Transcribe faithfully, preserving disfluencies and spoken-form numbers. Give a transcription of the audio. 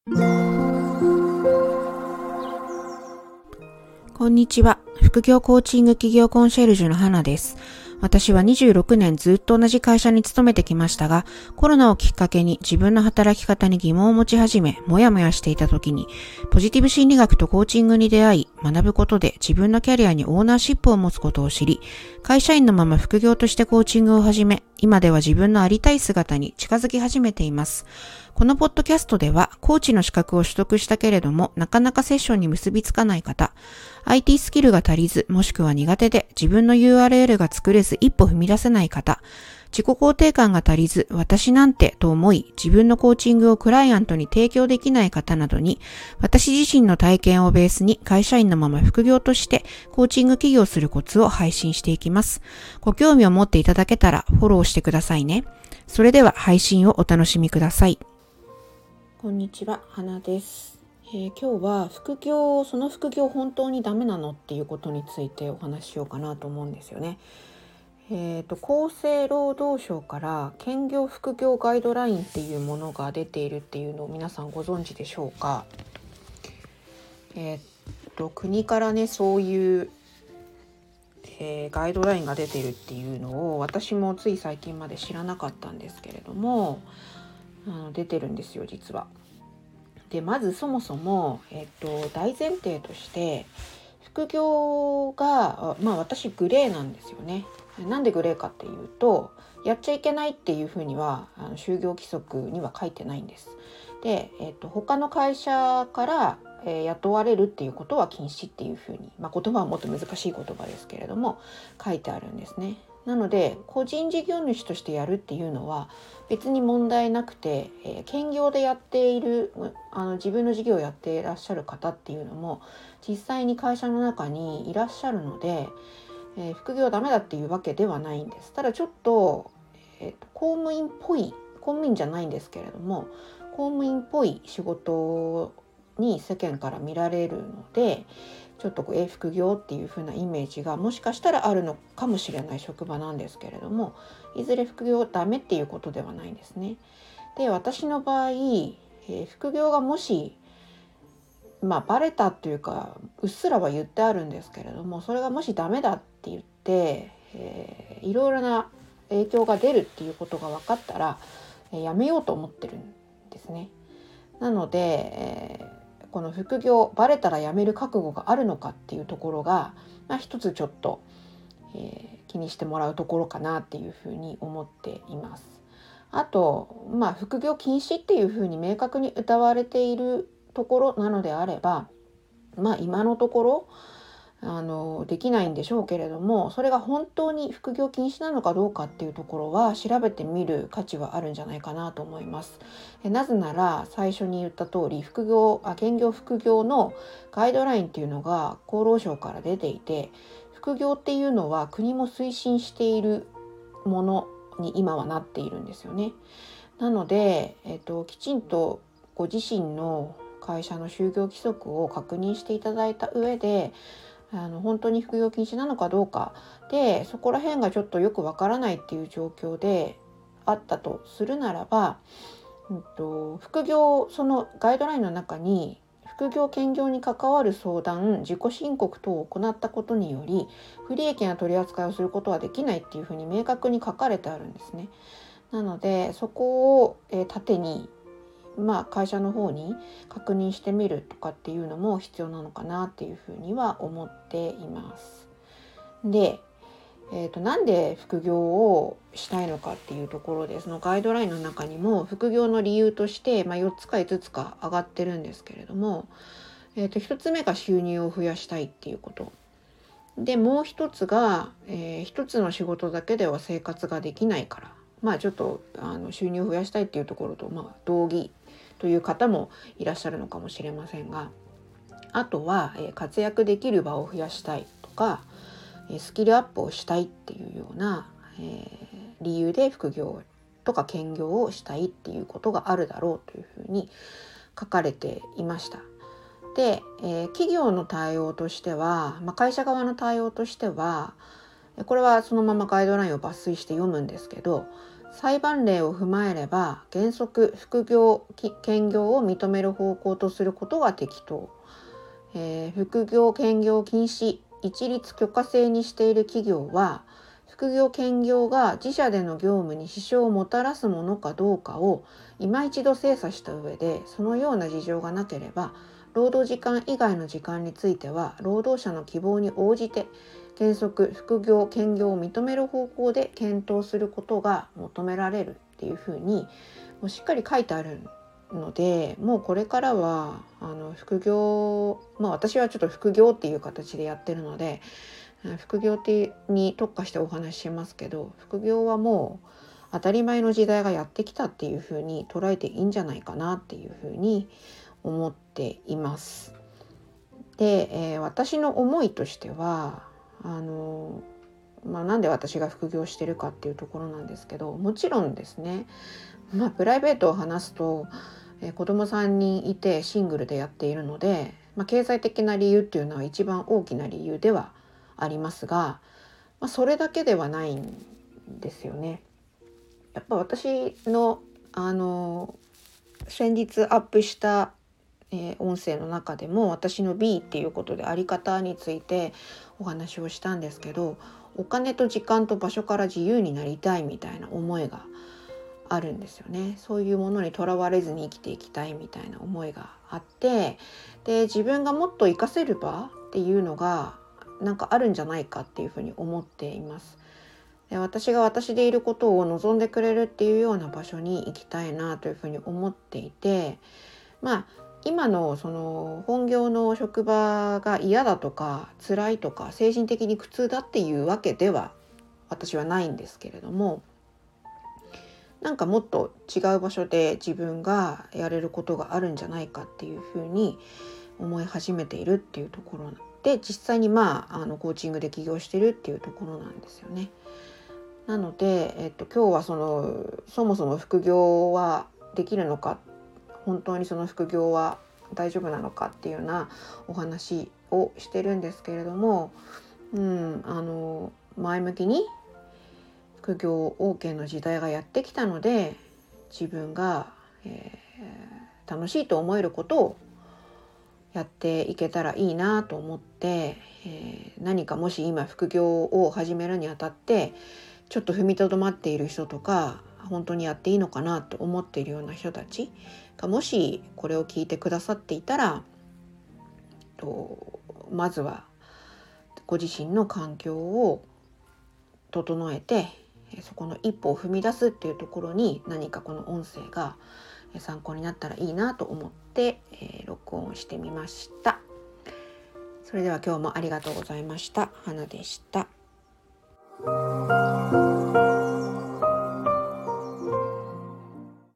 こんにちは。副業コーチング企業コンシェルジュの花です。私はにじゅうろくねんずっと同じ会社に勤めてきましたが、コロナをきっかけに自分の働き方に疑問を持ち始め、もやもやしていた時に、ポジティブ心理学とコーチングに出会い、学ぶことで自分のキャリアにオーナーシップを持つことを知り、会社員のまま副業としてコーチングを始め、今では自分のありたい姿に近づき始めています。このポッドキャストでは、コーチの資格を取得したけれども、なかなかセッションに結びつかない方、アイティー スキルが足りず、もしくは苦手で自分の ユーアールエル が作れず一歩踏み出せない方、自己肯定感が足りず、私なんてと思い、自分のコーチングをクライアントに提供できない方などに、私自身の体験をベースに会社員のまま副業としてコーチング起業するコツを配信していきます。ご興味を持っていただけたらフォローしてくださいね。それでは配信をお楽しみください。こんにちは、花です。えー、今日は副業、その副業本当にダメなのっていうことについてお話ししようかなと思うんですよね。えーと、厚生労働省から兼業副業ガイドラインっていうものが出ているっていうのを皆さんご存知でしょうか。えーと、国からね、そういう、えー、ガイドラインが出ているっていうのを私もつい最近まで知らなかったんですけれども、あの出てるんですよ、実は。でまずそもそも、えっと、大前提として副業が、まあ私グレーなんですよね。なんでグレーかっていうと、やっちゃいけないっていうふうにはあの就業規則には書いてないんです。で、えっと、他の会社から、えー、雇われるっていうことは禁止っていうふうに、まあ、言葉はもっと難しい言葉ですけれども書いてあるんですね。なので個人事業主としてやるっていうのは別に問題なくて、えー、兼業でやっているあの自分の事業をやっていらっしゃる方っていうのも実際に会社の中にいらっしゃるので、えー、副業ダメだっていうわけではないんです。ただちょっと、えーと、公務員っぽい公務員じゃないんですけれども公務員っぽい仕事に世間から見られるので、ちょっとえ副業っていう風なイメージがもしかしたらあるのかもしれない職場なんですけれども、いずれ副業ダメっていうことではないんですね。で私の場合、えー、副業がもしまあバレたというかうっすらは言ってあるんですけれども、それがもしダメだって言って、えー、いろいろな影響が出るっていうことが分かったら、えー、やめようと思ってるんですね。なので、えーこの副業バレたらやめる覚悟があるのかっていうところが、まあ、一つちょっと、えー、気にしてもらうところかなっていうふうに思っています。あと、まあ、副業禁止っていうふうに明確に謳われているところなのであれば、まあ、今のところあのできないんでしょうけれども、それが本当に副業禁止なのかどうかっていうところは調べてみる価値はあるんじゃないかなと思います。えなぜなら最初に言った通り副業あ兼業副業のガイドラインっていうのが厚労省から出ていて、副業っていうのは国も推進しているものに今はなっているんですよね。なので、えっと、きちんとご自身の会社の就業規則を確認していただいた上で、あの本当に副業禁止なのかどうかで、そこら辺がちょっとよくわからないっていう状況であったとするならば、うんと、副業そのガイドラインの中に副業兼業に関わる相談、自己申告等を行ったことにより不利益な取り扱いをすることはできないっていうふうに明確に書かれてあるんですね。なのでそこを、えー、縦にまあ、会社の方に確認してみるとかっていうのも必要なのかなっていうふうには思っています。で、えーと、なんで副業をしたいのかっていうところで、そのガイドラインの中にも副業の理由として、まあ、よっつかいつつか上がってるんですけれども、えーと、ひとつめが収入を増やしたいっていうことで、もう一つが、えー、一つの仕事だけでは生活ができないから、まあちょっとあの収入を増やしたいっていうところと、まあ、同義という方もいらっしゃるのかもしれませんが、あとは、えー、活躍できる場を増やしたいとか、えー、スキルアップをしたいっていうような、えー、理由で副業とか兼業をしたいっていうことがあるだろうというふうに書かれていました。で、えー、企業の対応としては、まあ、会社側の対応としては、これはそのままガイドラインを抜粋して読むんですけど、 裁判例を踏まえれば原則副業兼業を認める方向とすることが適当、えー、副業兼業禁止一律許可制にしている企業は副業兼業が自社での業務に支障をもたらすものかどうかを今一度精査した上で、そのような事情がなければ労働時間以外の時間については労働者の希望に応じて原則副業兼業を認める方向で検討することが求められるっていうふうにもうしっかり書いてあるので、もうこれからはあの副業、まあ私はちょっと副業っていう形でやってるので副業に特化してお話ししますけど、副業はもう当たり前の時代がやってきたっていうふうに捉えていいんじゃないかなっていうふうに思っています。で、えー、私の思いとしてはあの、まあ、なんで私が副業してるかっていうところなんですけど、もちろんですね、まあ、プライベートを話すと、えー、子供さんにんいてシングルでやっているので、まあ、経済的な理由っていうのは一番大きな理由ではありますが、まあ、それだけではないんですよね。やっぱ私のあの先日アップした、えー、音声の中でも私の B っていうことであり方についてお話をしたんですけど、お金と時間と場所から自由になりたいみたいな思いがあるんですよね。そういうものにとらわれずに生きていきたいみたいな思いがあって、で自分がもっと活かせる場っていうのがなんかあるんじゃないかっていうふうに思っています。で私が私でいることを望んでくれるっていうような場所に行きたいなというふうに思っていて、まあ今のその本業の職場が嫌だとか辛いとか精神的に苦痛だっていうわけでは私はないんですけれども、なんかもっと違う場所で自分がやれることがあるんじゃないかっていうふうに思い始めているっていうところで、実際にまああのコーチングで起業してるっていうところなんですよね。なので、えっと、今日はそのそもそも副業はできるのか、本当にその副業は大丈夫なのかっていうようなお話をしてるんですけれども、うん、あの前向きに副業 OK の時代がやってきたので、自分が、えー、楽しいと思えることをやっていけたらいいなと思って、えー、何かもし今副業を始めるにあたってちょっと踏みとどまっている人とか、本当にやっていいのかなと思っているような人たちがもしこれを聞いてくださっていたら、とまずはご自身の環境を整えてそこの一歩を踏み出すっていうところに何かこの音声が参考になったらいいなと思って、えー、録音してみました。それでは今日もありがとうございました。花でした。